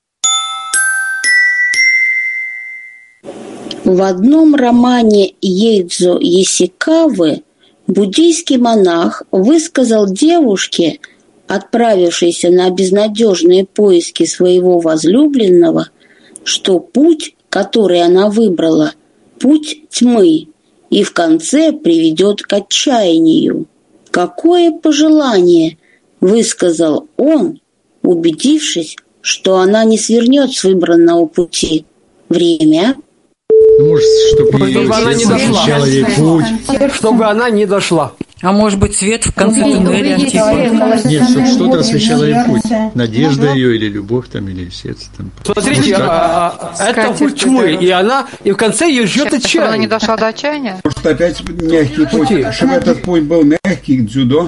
В одном романе Ейдзо Исикавы буддийский монах высказал девушке, отправившейся на безнадежные поиски своего возлюбленного, что путь, который она выбрала, путь тьмы, и в конце приведет к отчаянию. Какое пожелание высказал он, убедившись, что она не свернет с выбранного пути? Время. Может, чтобы она не дошла. Ей путь. Чтобы она не дошла. А может быть, свет в конце туннеля? Нет, чтобы что-то освещало ей путь. Надежда ее, или любовь там, или сердце там. Смотрите, это путь тьмы, и в конце ее ждет отчаяние. Она не дошла до отчаяния? Может, опять мягкий путь. Чтобы этот путь был мягкий, дзюдо.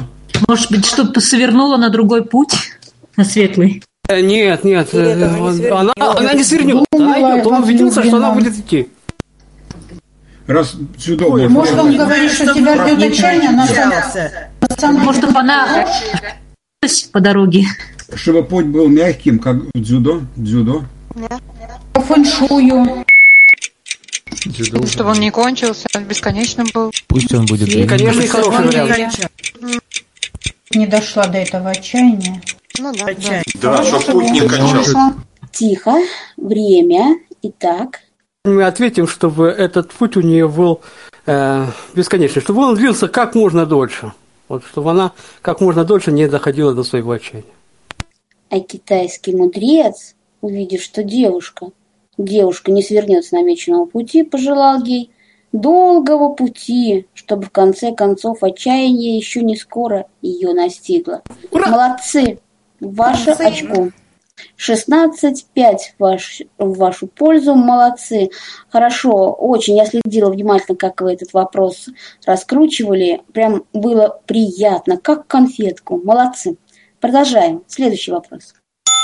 Может быть, что-то свернула на другой путь, на светлый? Нет, она не свернет. Она идет. Он убедился, что она будет идти. Раз сюда может, он говорит, что тебя ждет отчаяние, может, чтобы она по дороге. Чтобы путь был мягким, как в дзюдо. По фэншую. Чтобы он не кончился, бесконечным был. Пусть он будет. Конечно, хороший вариант. Не дошла до этого отчаяния. Ну да. Да, чтобы путь не кончался. Тихо. Время. Итак. Мы ответим, чтобы этот путь у нее был бесконечный, чтобы он длился как можно дольше. Вот, чтобы она как можно дольше не доходила до своего отчаяния. А китайский мудрец, увидев, что девушка не свернет с намеченного пути, пожелал ей долгого пути, чтобы в конце концов отчаяние еще не скоро ее настигло. Ура! Молодцы! Ваше очко. 16-5 в вашу пользу. Молодцы. Хорошо. Очень. Я следила внимательно, как вы этот вопрос раскручивали. Прям было приятно. Как конфетку. Молодцы. Продолжаем. Следующий вопрос.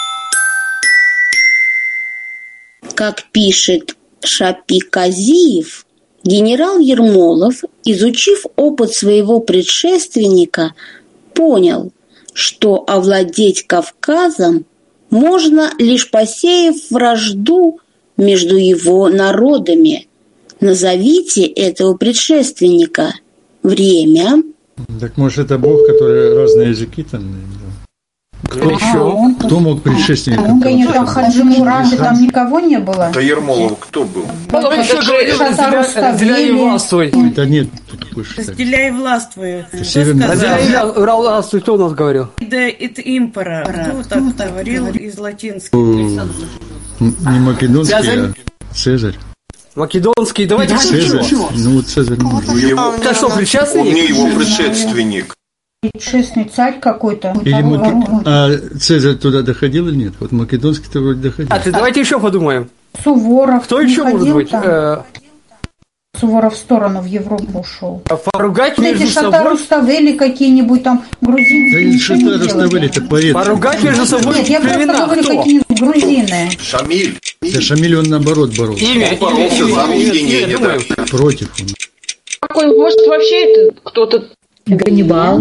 Как пишет Шапи-Казиев, генерал Ермолов, изучив опыт своего предшественника, понял, что овладеть Кавказом можно, лишь посеяв вражду между его народами. Назовите этого предшественника. Время. Так может это Бог, который разные языки там? Кто еще? Кто мог предшественником? Там Хаджи Мурады, там никого не было. Да Ермолов кто был? Разделяй властвуй. Да нет. Разделяй властвуй. Разделяй властвуй, кто у нас говорил? Да, это импора. Кто так говорил из латинского? Не македонский, а Цезарь. Македонский, давайте Цезарь. Ну вот Цезарь может. Это что, причастный? Он не его предшественник. Предшественный царь какой-то. А Цезарь туда доходил или нет? Вот македонский-то вроде доходил. Давайте еще подумаем. Суворов. Кто еще может быть? Суворов в сторону, в Европу ушел. Поругать между собой? Шатар Руставели какие-нибудь там грузины. Да не Шатар Руставели, это поэт. Поругать между собой племена. Нет, я просто говорю, какие-нибудь грузины. Шамиль. Да Шамиль он наоборот боролся. Он боролся за объединение, да. Против он. Какой, может, вообще это кто-то... Ганнибал.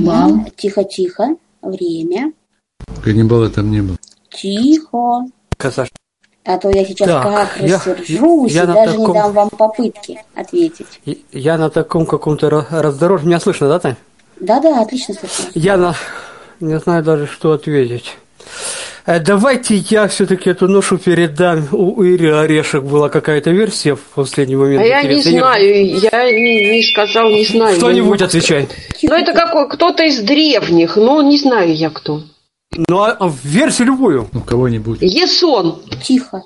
Тихо. Время. Ганнибала там не было. Тихо. Казаш. А то я сейчас как рассержусь и даже не дам вам попытки ответить. Я на таком каком-то раздорожье. Меня слышно, да, Тань? Да, отлично слышно. Я не знаю даже, что ответить. Давайте я все-таки эту ношу передам. У Ири Орешек была какая-то версия в последний момент. А я не знаю, я не сказал, не знаю. Кто-нибудь отвечай. Ну, это кто-то из древних, но не знаю я кто. Ну, а версию любую. Ну, кого-нибудь. Ясон. Тихо.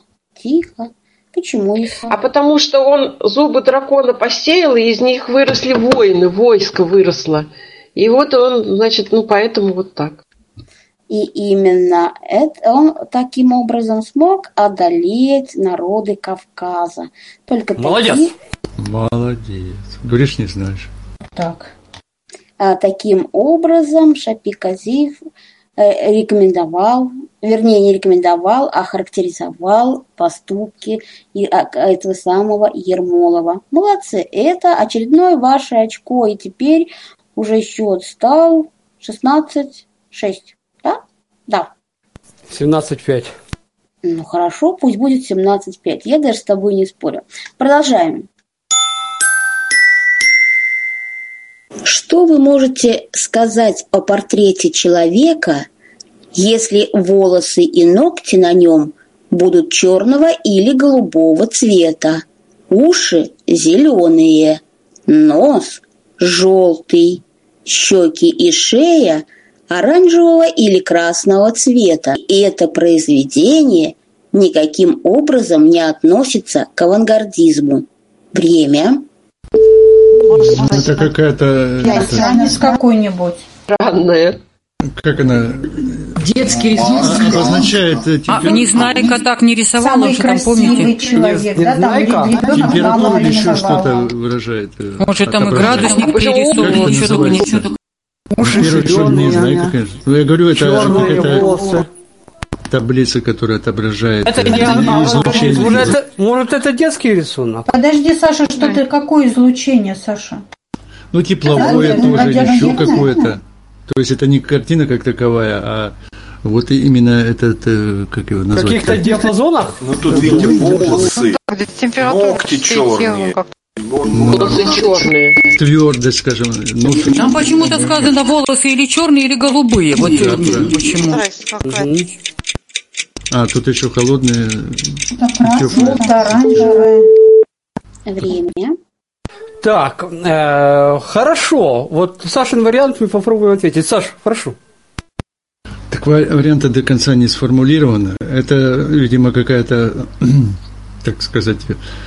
Почему Ясон? А потому что он зубы дракона посеял, и из них выросли воины, войско выросло. И вот он, значит, поэтому вот так. И именно он таким образом смог одолеть народы Кавказа. Только молодец. Молодец. Говоришь, не знаешь. Так. Таким образом Шапи-Казиев охарактеризовал поступки этого самого Ермолова. Молодцы. Это очередное ваше очко. И теперь уже счет стал 16-6. Да. 17-5. Ну хорошо, пусть будет 17-5. Я даже с тобой не спорю. Продолжаем. Что вы можете сказать о портрете человека, если волосы и ногти на нем будут черного или голубого цвета, уши зеленые, нос желтый, щеки и шея оранжевого или красного цвета. И это произведение никаким образом не относится к авангардизму. Время. Это какая-то... Странность какой-нибудь. Странная. Как она? Детский рисунок. Обозначает... Незнайка так не рисовала, самый что там, помните? Человек, температуру или еще что-то выражает. Может, там и градусник перерисовывал, что только не... Уши черные, не знаю, зеленые, какая. Ну, я говорю, черные волосы. Таблица, которая отображает Это излучение. Может, это детский рисунок? Подожди, Саша, что ты, какое излучение, Саша? Ну, тепловое тоже, или еще какое-то. То есть это не картина как таковая, а вот именно этот, как его назвать? В каких-то диапазонах? Ну, тут, видите, волосы, ногти черные. Волосы черные. Твердость, скажем. Ну, Там почему-то сказано волосы или черные, или голубые. Вот да, почему. А, тут еще холодные. Оранжевое. Время. Так, хорошо. Вот Сашин вариант мы попробуем ответить. Саш, прошу. Так варианта до конца не сформулировано. Это, видимо, какая-то, так сказать,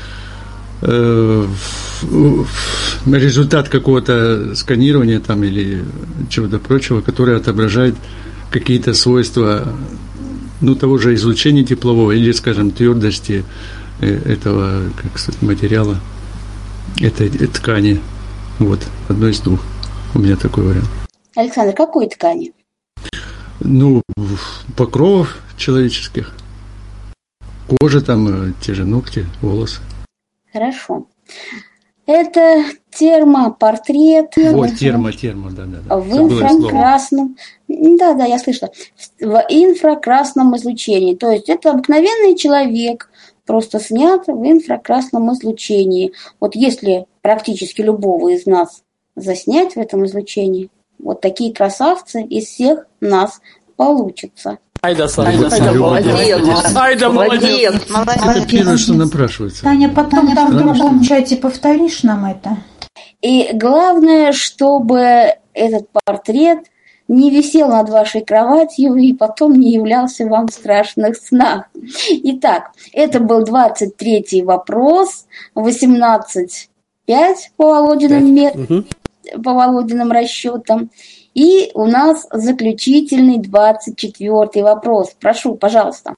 результат какого-то сканирования там или чего-то прочего, которое отображает какие-то свойства, ну, того же излучения теплового или, скажем, твердости этого, как сказать, материала, этой ткани. Вот, одно из двух. У меня такой вариант. Александр, какой ткани? Ну, покровов человеческих. Кожа там, те же ногти, волосы. Хорошо. Это термопортрет. Вот, термо, да. В инфракрасном. Да, я слышала. В инфракрасном излучении. То есть это обыкновенный человек, просто снят в инфракрасном излучении. Вот если практически любого из нас заснять в этом излучении, вот такие красавцы из всех нас получатся. Айда, молодец. Это первое, что напрашивается. Таня, потом там в другом чате повторишь нам это. И главное, чтобы этот портрет не висел над вашей кроватью и потом не являлся вам в страшных снах. Итак, это был 23-й вопрос, 18-5 по Володиным расчетам. И у нас заключительный 24-й вопрос. Прошу, пожалуйста.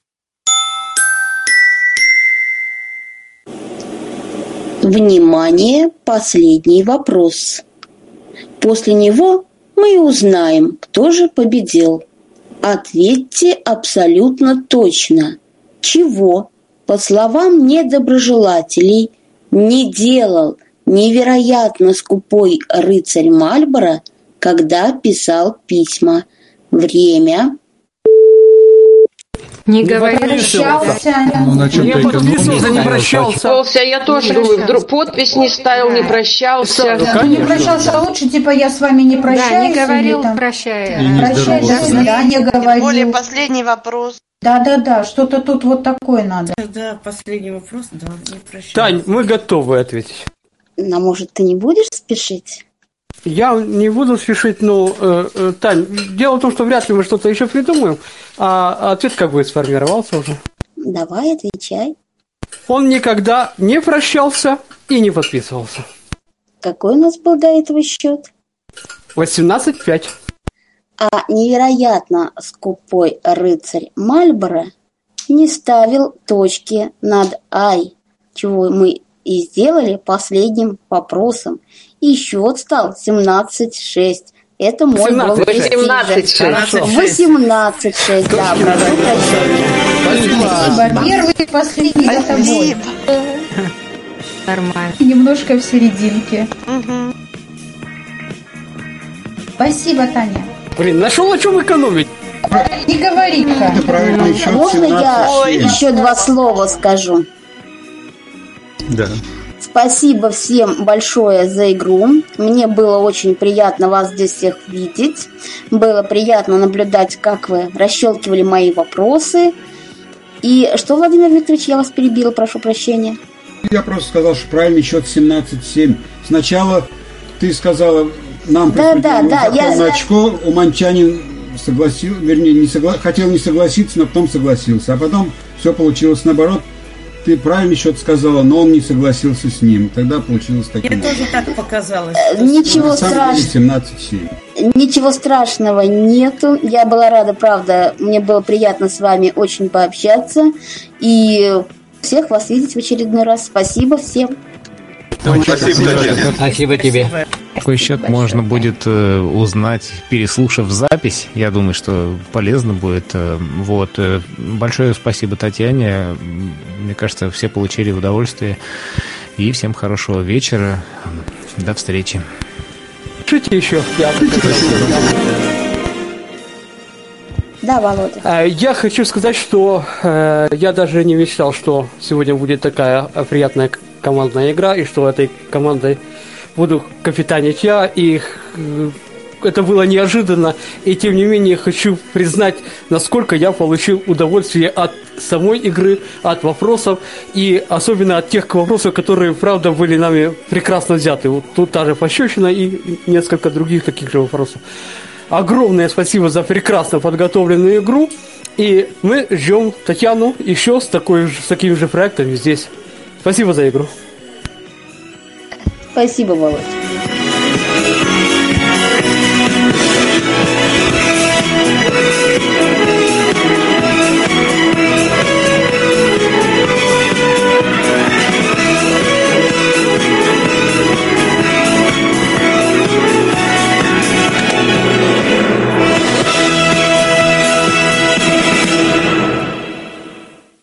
Внимание, последний вопрос. После него мы узнаем, кто же победил. Ответьте абсолютно точно. Чего, по словам недоброжелателей, не делал невероятно скупой рыцарь Мальборо, когда писал письма? Время. Не прощался. Ну, на чем-то не прощался. Я тоже думаю, вдруг подпись не ставил, не прощался. Не прощался, а лучше, типа, я с вами не прощаюсь. Да, не говорил, там, прощай. Прощай, до свидания, говорил. Более последний вопрос. Да, что-то тут вот такое надо. Да, последний вопрос, да, не прощаюсь. Тань, мы готовы ответить. А может, ты не будешь спешить? Я не буду спешить, но, Тань, дело в том, что вряд ли мы что-то еще придумаем, а ответ как бы сформировался уже. Давай, отвечай. Он никогда не прощался и не подписывался. Какой у нас был до этого счет? 18-5. А невероятно скупой рыцарь Мальборо не ставил точки над «ай», чего мы и сделали последним вопросом. И счет стал 17-6. Это мой был 18-6. 18-6, да, прошу прощения. Спасибо. Первый и последний за тобой. Нормально. Немножко в серединке. Спасибо, Таня. Блин, нашел о чем экономить. Не говори-ка. Можно я еще два слова скажу? Да. Спасибо всем большое за игру. Мне было очень приятно вас здесь всех видеть. Было приятно наблюдать, как вы расщелкивали мои вопросы. И что, Владимир Викторович, я вас перебила, прошу прощения. Я просто сказал, что правильный счет 17-7. Сначала ты сказала, нам я... очко, уманчанин согласился, вернее, хотел не согласиться, но потом согласился. А потом все получилось наоборот. Ты правильный счет сказала, но он не согласился с ним. Тогда получилось таким. Мне тоже так показалось. Ничего страшного. 17-7. Ничего страшного нету. Я была рада, правда. Мне было приятно с вами очень пообщаться. И всех вас видеть в очередной раз. Спасибо всем. Спасибо, Татьяна. Спасибо тебе. Спасибо. Какой счет можно будет узнать, переслушав запись. Я думаю, что полезно будет. Вот. Большое спасибо Татьяне. Мне кажется, все получили удовольствие. И всем хорошего вечера. До встречи. Пишите еще. Да, Володя. Я хочу сказать, что я даже не мечтал, что сегодня будет такая приятная командная игра, и что этой командой буду капитанить я, и это было неожиданно, и тем не менее хочу признать, насколько я получил удовольствие от самой игры, от вопросов, и особенно от тех вопросов, которые, правда, были нами прекрасно взяты. Вот тут та же пощечина и несколько других таких же вопросов. Огромное спасибо за прекрасно подготовленную игру, и мы ждем Татьяну еще с такими же проектами здесь. Спасибо за игру. Спасибо, Володь.